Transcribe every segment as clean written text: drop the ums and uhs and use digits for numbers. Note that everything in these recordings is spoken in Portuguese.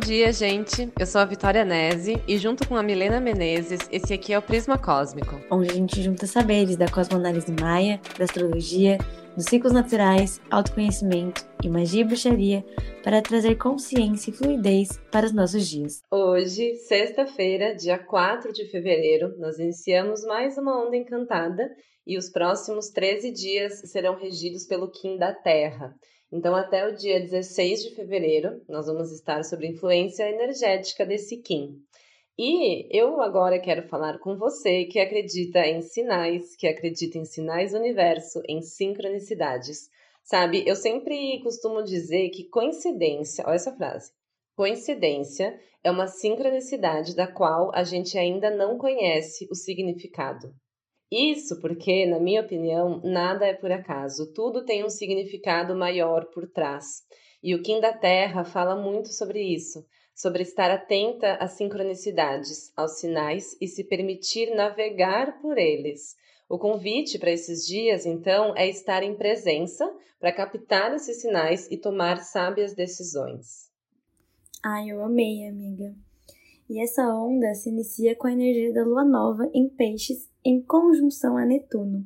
dia, gente! Eu sou a Vitória Nese e junto com a Milena Menezes, esse aqui é o Prisma Cósmico. Onde a gente junta saberes da cosmoanálise maia, da astrologia, dos ciclos naturais, autoconhecimento e magia e bruxaria para trazer consciência e fluidez para os nossos dias. Hoje, sexta-feira, dia 4 de fevereiro, nós iniciamos mais uma onda encantada e os próximos 13 dias serão regidos pelo Kim da Terra. Então, até o dia 16 de fevereiro, nós vamos estar sob influência energética desse Kim. E eu agora quero falar com você que acredita em sinais do universo, em sincronicidades. Sabe, eu sempre costumo dizer que coincidência, olha essa frase, coincidência é uma sincronicidade da qual a gente ainda não conhece o significado. Isso porque, na minha opinião, nada é por acaso, tudo tem um significado maior por trás. E o Kim da Terra fala muito sobre isso, sobre estar atenta às sincronicidades, aos sinais e se permitir navegar por eles. O convite para esses dias, então, é estar em presença para captar esses sinais e tomar sábias decisões. Ai, eu amei, amiga. E essa onda se inicia com a energia da lua nova em Peixes, em conjunção a Netuno.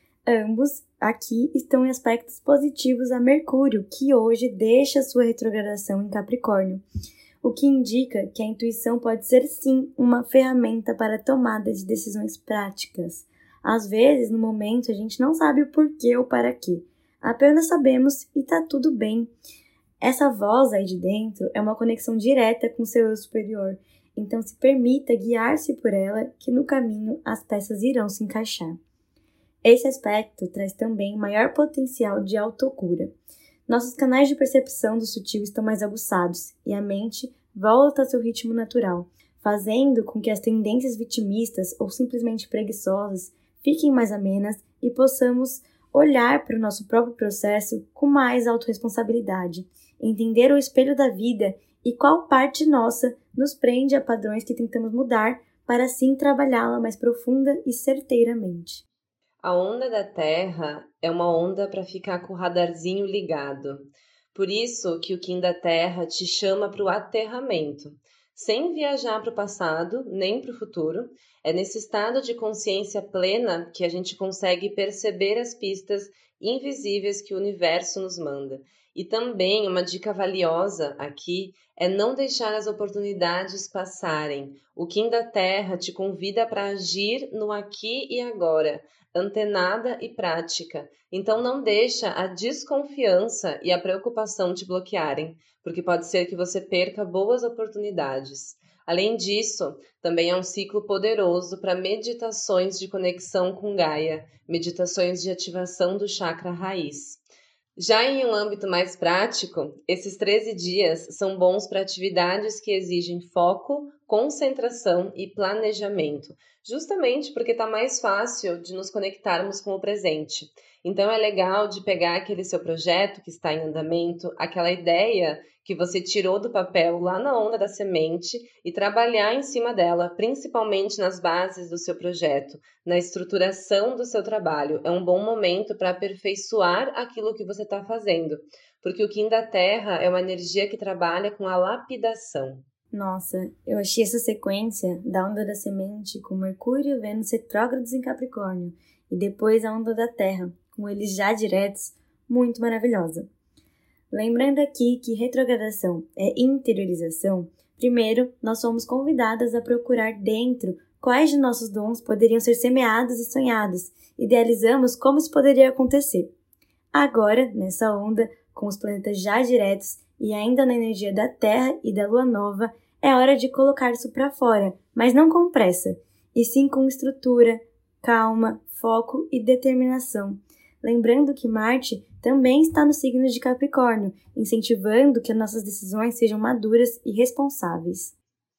Ambos aqui estão em aspectos positivos a Mercúrio, que hoje deixa sua retrogradação em Capricórnio, o que indica que a intuição pode ser sim uma ferramenta para a tomada de decisões práticas. Às vezes, no momento, a gente não sabe o porquê ou para quê, apenas sabemos e tá tudo bem. Essa voz aí de dentro é uma conexão direta com seu eu superior, então se permita guiar-se por ela, que no caminho as peças irão se encaixar. Esse aspecto traz também maior potencial de autocura. Nossos canais de percepção do sutil estão mais aguçados e a mente volta ao seu ritmo natural, fazendo com que as tendências vitimistas ou simplesmente preguiçosas fiquem mais amenas e possamos olhar para o nosso próprio processo com mais autorresponsabilidade, entender o espelho da vida e qual parte nossa nos prende a padrões que tentamos mudar para assim trabalhá-la mais profunda e certeiramente. A onda da Terra é uma onda para ficar com o radarzinho ligado. Por isso que o Kim da Terra te chama para o aterramento. Sem viajar para o passado, nem para o futuro, é nesse estado de consciência plena que a gente consegue perceber as pistas invisíveis que o universo nos manda. E também uma dica valiosa aqui é não deixar as oportunidades passarem. O Kim da Terra te convida para agir no aqui e agora, antenada e prática. Então não deixa a desconfiança e a preocupação te bloquearem, porque pode ser que você perca boas oportunidades. Além disso, também é um ciclo poderoso para meditações de conexão com Gaia, meditações de ativação do chakra raiz. Já em um âmbito mais prático, esses 13 dias são bons para atividades que exigem foco, concentração e planejamento, justamente porque está mais fácil de nos conectarmos com o presente. Então é legal de pegar aquele seu projeto que está em andamento, aquela ideia que você tirou do papel lá na onda da semente e trabalhar em cima dela, principalmente nas bases do seu projeto, na estruturação do seu trabalho. É um bom momento para aperfeiçoar aquilo que você está fazendo, porque o Kim da Terra é uma energia que trabalha com a lapidação. Nossa, eu achei essa sequência da onda da semente com Mercúrio e Vênus retrógrados em Capricórnio e depois a onda da Terra, com eles já diretos, muito maravilhosa. Lembrando aqui que retrogradação é interiorização, primeiro nós somos convidadas a procurar dentro quais de nossos dons poderiam ser semeados e sonhados, idealizamos como isso poderia acontecer. Agora, nessa onda, com os planetas já diretos e ainda na energia da Terra e da Lua Nova, é hora de colocar isso para fora, mas não com pressa, e sim com estrutura, calma, foco e determinação. Lembrando que Marte também está no signo de Capricórnio, incentivando que as nossas decisões sejam maduras e responsáveis.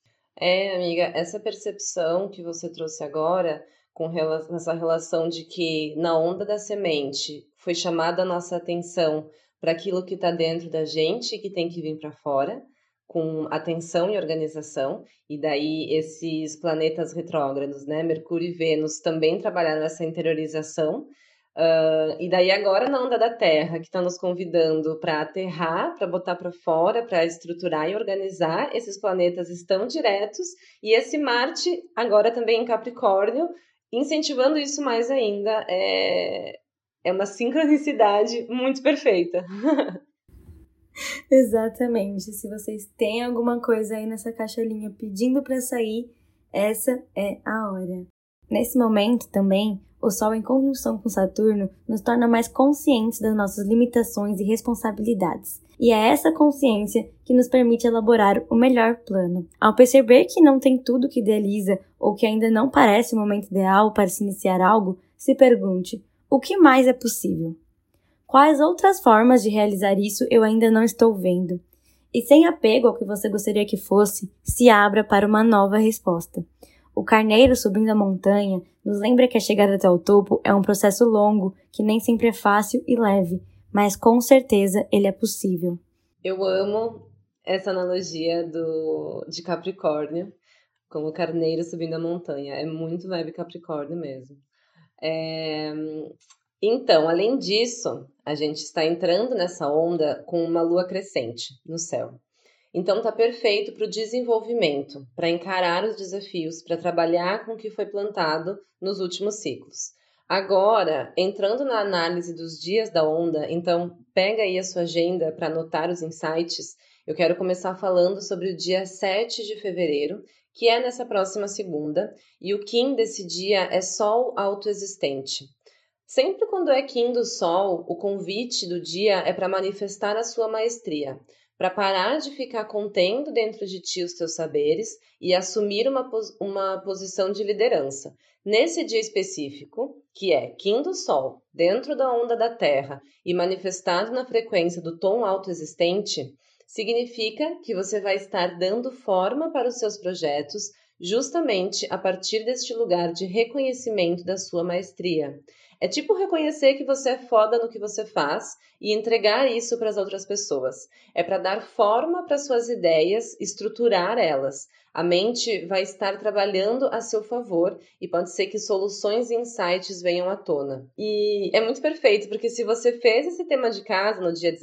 Amiga, essa percepção que você trouxe agora, com essa relação de que na onda da semente foi chamada a nossa atenção para aquilo que está dentro da gente e que tem que vir para fora, com atenção e organização, e daí esses planetas retrógrados, né, Mercúrio e Vênus, também trabalharam essa interiorização. E daí agora na onda da Terra, que está nos convidando para aterrar, para botar para fora, para estruturar e organizar, esses planetas estão diretos, e esse Marte, agora também em Capricórnio, incentivando isso mais ainda. É uma sincronicidade muito perfeita. Exatamente. Se vocês têm alguma coisa aí nessa caixinha pedindo para sair, essa é a hora. Nesse momento também, o Sol em conjunção com Saturno nos torna mais conscientes das nossas limitações e responsabilidades. E é essa consciência que nos permite elaborar o melhor plano. Ao perceber que não tem tudo que idealiza ou que ainda não parece o momento ideal para se iniciar algo, se pergunte: o que mais é possível? Quais outras formas de realizar isso eu ainda não estou vendo? E sem apego ao que você gostaria que fosse, se abra para uma nova resposta. O carneiro subindo a montanha nos lembra que a chegada até o topo é um processo longo, que nem sempre é fácil e leve, mas com certeza ele é possível. Eu amo essa analogia de Capricórnio, como o carneiro subindo a montanha. É muito vibe Capricórnio mesmo. Então, além disso, a gente está entrando nessa onda com uma lua crescente no céu. Então, tá perfeito para o desenvolvimento, para encarar os desafios, para trabalhar com o que foi plantado nos últimos ciclos. Agora, entrando na análise dos dias da onda, então pega aí a sua agenda para anotar os insights. Eu quero começar falando sobre o dia 7 de fevereiro, que é nessa próxima segunda, e o Kim desse dia é Sol autoexistente. Sempre quando é Kim do Sol, o convite do dia é para manifestar a sua maestria, para parar de ficar contendo dentro de ti os teus saberes e assumir uma posição de liderança. Nesse dia específico, que é Kim do Sol, dentro da onda da Terra e manifestado na frequência do tom autoexistente, significa que você vai estar dando forma para os seus projetos justamente a partir deste lugar de reconhecimento da sua maestria. É tipo reconhecer que você é foda no que você faz e entregar isso para as outras pessoas. É para dar forma para suas ideias, estruturar elas. A mente vai estar trabalhando a seu favor e pode ser que soluções e insights venham à tona. E é muito perfeito, porque se você fez esse tema de casa no dia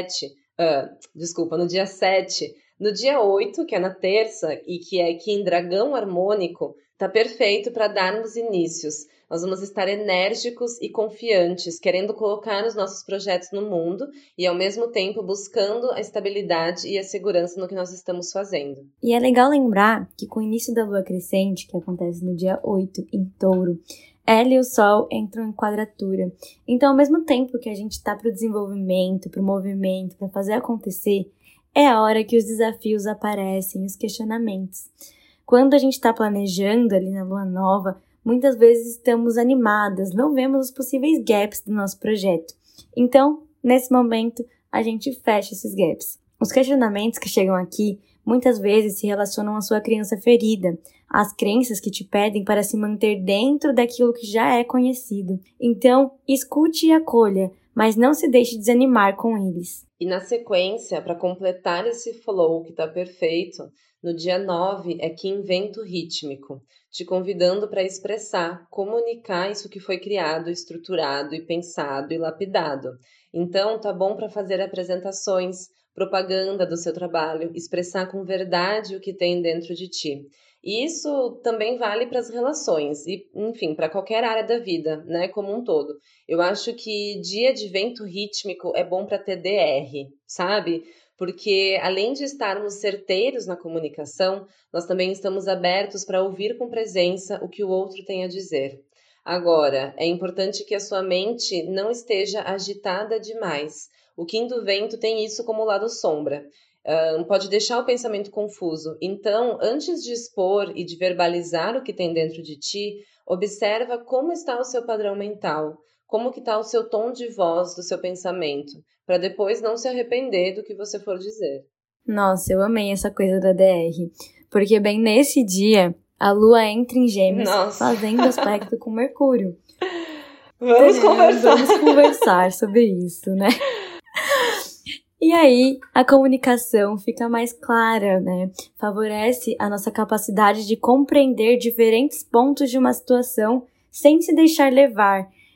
7, no dia 8, que é na terça, e que é aqui em Dragão Harmônico, tá perfeito para darmos inícios. Nós vamos estar enérgicos e confiantes, querendo colocar os nossos projetos no mundo e, ao mesmo tempo, buscando a estabilidade e a segurança no que nós estamos fazendo. E é legal lembrar que com o início da lua crescente, que acontece no dia 8, em Touro, ela e o Sol entram em quadratura. Então, ao mesmo tempo que a gente está para o desenvolvimento, para o movimento, para fazer acontecer, é a hora que os desafios aparecem, os questionamentos. Quando a gente está planejando ali na lua nova, muitas vezes estamos animadas, não vemos os possíveis gaps do nosso projeto. Então, nesse momento, a gente fecha esses gaps. Os questionamentos que chegam aqui muitas vezes se relacionam à sua criança ferida, às crenças que te pedem para se manter dentro daquilo que já é conhecido. Então, escute e acolha, mas não se deixe desanimar com eles. E na sequência, para completar esse flow que está perfeito, no dia 9 é Kim Vento Rítmico, te convidando para expressar, comunicar isso que foi criado, estruturado e pensado e lapidado. Então, tá bom para fazer apresentações, propaganda do seu trabalho, expressar com verdade o que tem dentro de ti. E isso também vale para as relações e, enfim, para qualquer área da vida, né, como um todo. Eu acho que dia de vento rítmico é bom para TDR, sabe? Porque além de estarmos certeiros na comunicação, nós também estamos abertos para ouvir com presença o que o outro tem a dizer. Agora, é importante que a sua mente não esteja agitada demais. O Kim do Vento tem isso como lado sombra. Pode deixar o pensamento confuso. Então, antes de expor e de verbalizar o que tem dentro de ti, observa como está o seu padrão mental, como que está o seu tom de voz do seu pensamento, para depois não se arrepender do que você for dizer. Nossa, eu amei essa coisa da DR, porque bem nesse dia, a Lua entra em Gêmeos, fazendo aspecto com Mercúrio. Vamos conversar sobre isso, né? E aí, a comunicação fica mais clara, né? Favorece a nossa capacidade de compreender diferentes pontos de uma situação sem se deixar levar.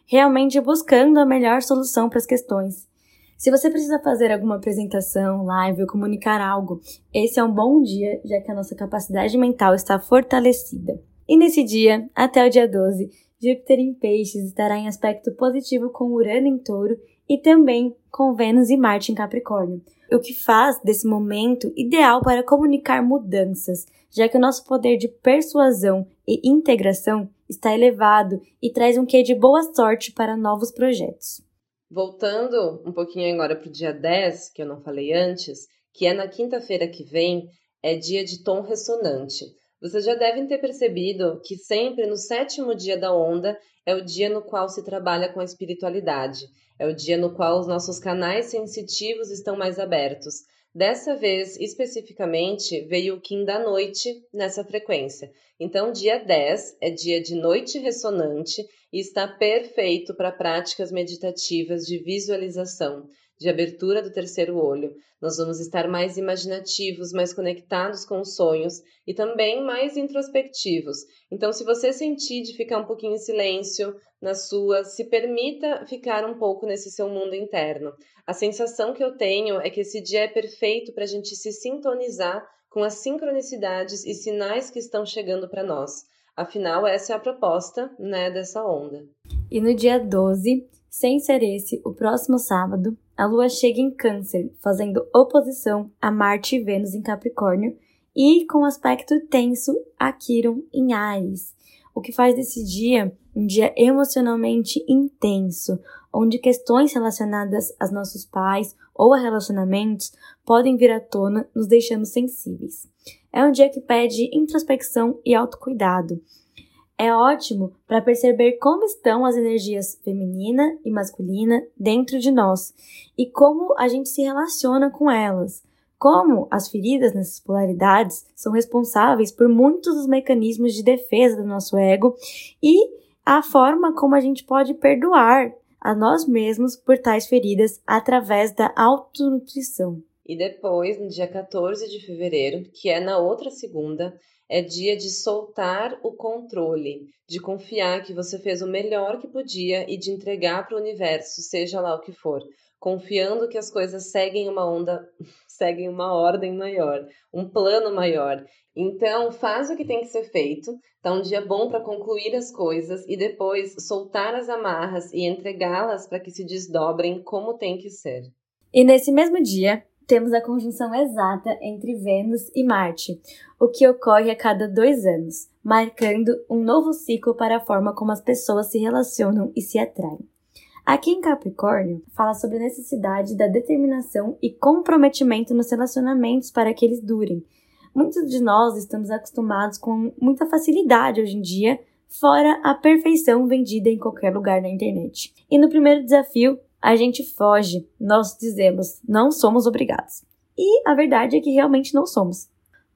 realmente buscando a melhor solução para as questões. Se você precisa fazer alguma apresentação, live ou comunicar algo, esse é um bom dia, já que a nossa capacidade mental está fortalecida. E nesse dia, até o dia 12, Júpiter em Peixes estará em aspecto positivo com Urano em Touro e também com Vênus e Marte em Capricórnio, o que faz desse momento ideal para comunicar mudanças, já que o nosso poder de persuasão e integração está elevado e traz um quê de boa sorte para novos projetos. Voltando um pouquinho agora para o dia 10, que eu não falei antes, que é na quinta-feira que vem, é dia de tom ressonante. Vocês já devem ter percebido que sempre no 7º dia da onda é o dia no qual se trabalha com a espiritualidade. É o dia no qual os nossos canais sensitivos estão mais abertos. Dessa vez, especificamente, veio o Kim da noite nessa frequência. Então, dia 10 é dia de noite ressonante e está perfeito para práticas meditativas de visualização, de abertura do terceiro olho. Nós vamos estar mais imaginativos, mais conectados com os sonhos e também mais introspectivos. Então, se você sentir de ficar um pouquinho em silêncio na sua, se permita ficar um pouco nesse seu mundo interno. A sensação que eu tenho é que esse dia é perfeito para a gente se sintonizar com as sincronicidades e sinais que estão chegando para nós. Afinal, essa é a proposta, dessa onda. E no dia 12, sem ser esse, o próximo sábado, a Lua chega em Câncer, fazendo oposição a Marte e Vênus em Capricórnio e com aspecto tenso a Quirón em Áries, o que faz desse dia um dia emocionalmente intenso, onde questões relacionadas aos nossos pais ou a relacionamentos podem vir à tona, nos deixando sensíveis. É um dia que pede introspecção e autocuidado. É ótimo para perceber como estão as energias feminina e masculina dentro de nós e como a gente se relaciona com elas. Como as feridas nessas polaridades são responsáveis por muitos dos mecanismos de defesa do nosso ego e a forma como a gente pode perdoar a nós mesmos por tais feridas através da autonutrição. E depois, no dia 14 de fevereiro, que é na outra segunda, é dia de soltar o controle, de confiar que você fez o melhor que podia e de entregar para o universo, seja lá o que for, confiando que as coisas seguem uma onda, seguem uma ordem maior, um plano maior. Então, faz o que tem que ser feito, tá um dia bom para concluir as coisas e depois soltar as amarras e entregá-las para que se desdobrem como tem que ser. E nesse mesmo dia, temos a conjunção exata entre Vênus e Marte, o que ocorre a cada 2 anos, marcando um novo ciclo para a forma como as pessoas se relacionam e se atraem. Aqui em Capricórnio, fala sobre a necessidade da determinação e comprometimento nos relacionamentos para que eles durem. Muitos de nós estamos acostumados com muita facilidade hoje em dia, fora a perfeição vendida em qualquer lugar na internet. E no primeiro desafio, a gente foge, nós dizemos, não somos obrigados. E a verdade é que realmente não somos.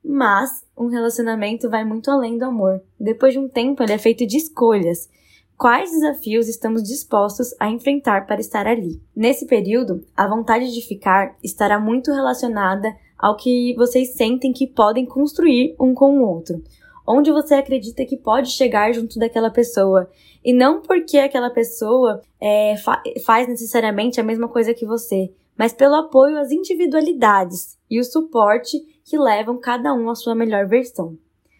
Mas um relacionamento vai muito além do amor. Depois de um tempo, ele é feito de escolhas. Quais desafios estamos dispostos a enfrentar para estar ali? Nesse período, a vontade de ficar estará muito relacionada ao que vocês sentem que podem construir um com o outro. Onde você acredita que pode chegar junto daquela pessoa. E não porque aquela pessoa faz necessariamente a mesma coisa que você, mas pelo apoio às individualidades e o suporte que levam cada um à sua melhor versão.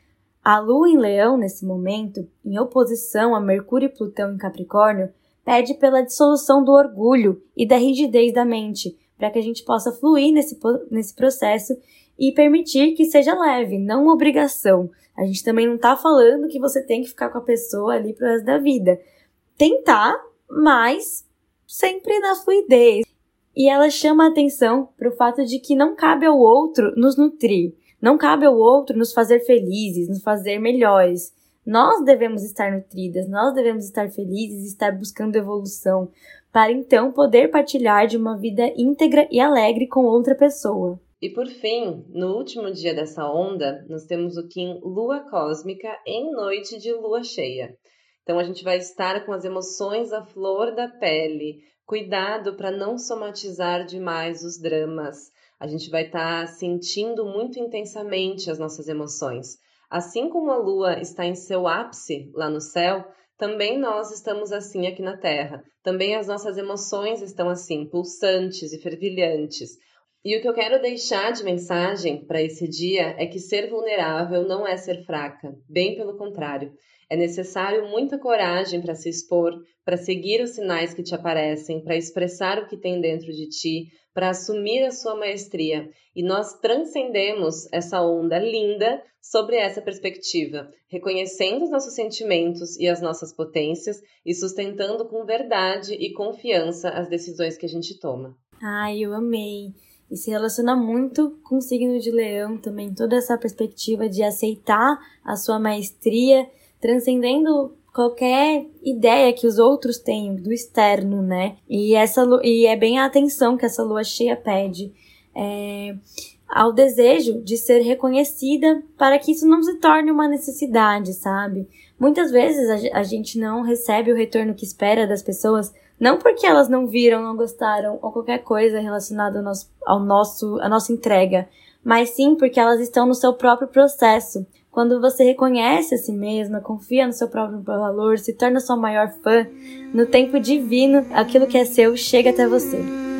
A Lua em Leão, nesse momento, em oposição a Mercúrio e Plutão em Capricórnio, pede pela dissolução do orgulho e da rigidez da mente, para que a gente possa fluir nesse processo e permitir que seja leve, não uma obrigação. A gente também não está falando que você tem que ficar com a pessoa ali pro resto da vida. Tentar, mas sempre na fluidez. E ela chama a atenção para o fato de que não cabe ao outro nos nutrir. Não cabe ao outro nos fazer felizes, nos fazer melhores. Nós devemos estar nutridas, nós devemos estar felizes, estar buscando evolução, para então poder partilhar de uma vida íntegra e alegre com outra pessoa. E por fim, no último dia dessa onda, nós temos o Kim Lua Cósmica em noite de lua cheia. Então a gente vai estar com as emoções à flor da pele. Cuidado para não somatizar demais os dramas. A gente vai estar sentindo muito intensamente as nossas emoções. Assim como a lua está em seu ápice lá no céu, também nós estamos assim aqui na Terra. Também as nossas emoções estão assim, pulsantes e fervilhantes. E o que eu quero deixar de mensagem para esse dia é que ser vulnerável não é ser fraca, bem pelo contrário. É necessário muita coragem para se expor, para seguir os sinais que te aparecem, para expressar o que tem dentro de ti, para assumir a sua maestria. E nós transcendemos essa onda linda sobre essa perspectiva, reconhecendo os nossos sentimentos e as nossas potências e sustentando com verdade e confiança as decisões que a gente toma. Ai, eu amei! E se relaciona muito com o signo de Leão também, toda essa perspectiva de aceitar a sua maestria, transcendendo qualquer ideia que os outros tenham do externo, né? E é bem a atenção que essa lua cheia pede ao desejo de ser reconhecida para que isso não se torne uma necessidade, sabe? Muitas vezes a gente não recebe o retorno que espera das pessoas, não porque elas não viram, não gostaram ou qualquer coisa relacionada à nossa entrega, mas sim porque elas estão no seu próprio processo. Quando você reconhece a si mesma, confia no seu próprio valor, se torna sua maior fã, no tempo divino, aquilo que é seu chega até você.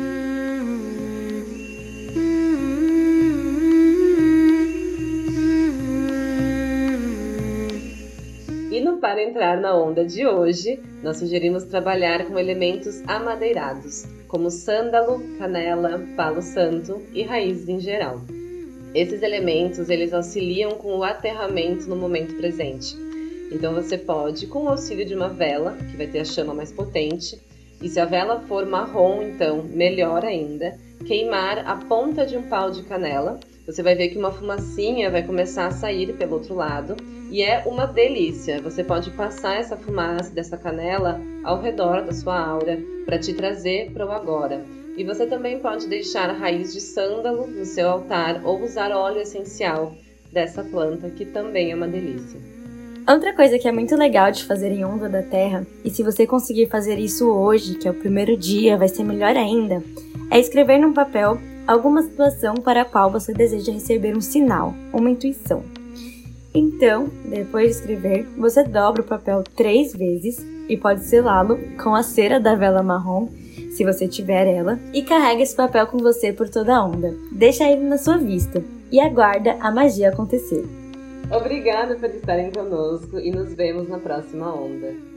E no Para Entrar na Onda de hoje, nós sugerimos trabalhar com elementos amadeirados, como sândalo, canela, palo santo e raízes em geral. Esses elementos, eles auxiliam com o aterramento no momento presente. Então você pode, com o auxílio de uma vela, que vai ter a chama mais potente, e se a vela for marrom, então, melhor ainda, queimar a ponta de um pau de canela. Você vai ver que uma fumacinha vai começar a sair pelo outro lado, e é uma delícia. Você pode passar essa fumaça dessa canela ao redor da sua aura, para te trazer para o agora. E você também pode deixar a raiz de sândalo no seu altar ou usar óleo essencial dessa planta, que também é uma delícia. Outra coisa que é muito legal de fazer em Onda da Terra, e se você conseguir fazer isso hoje, que é o primeiro dia, vai ser melhor ainda, é escrever num papel alguma situação para a qual você deseja receber um sinal, uma intuição. Então, depois de escrever, você dobra o papel 3 vezes e pode selá-lo com a cera da vela marrom, se você tiver ela, e carrega esse papel com você por toda a onda. Deixa ele na sua vista e aguarda a magia acontecer. Obrigada por estarem conosco e nos vemos na próxima onda.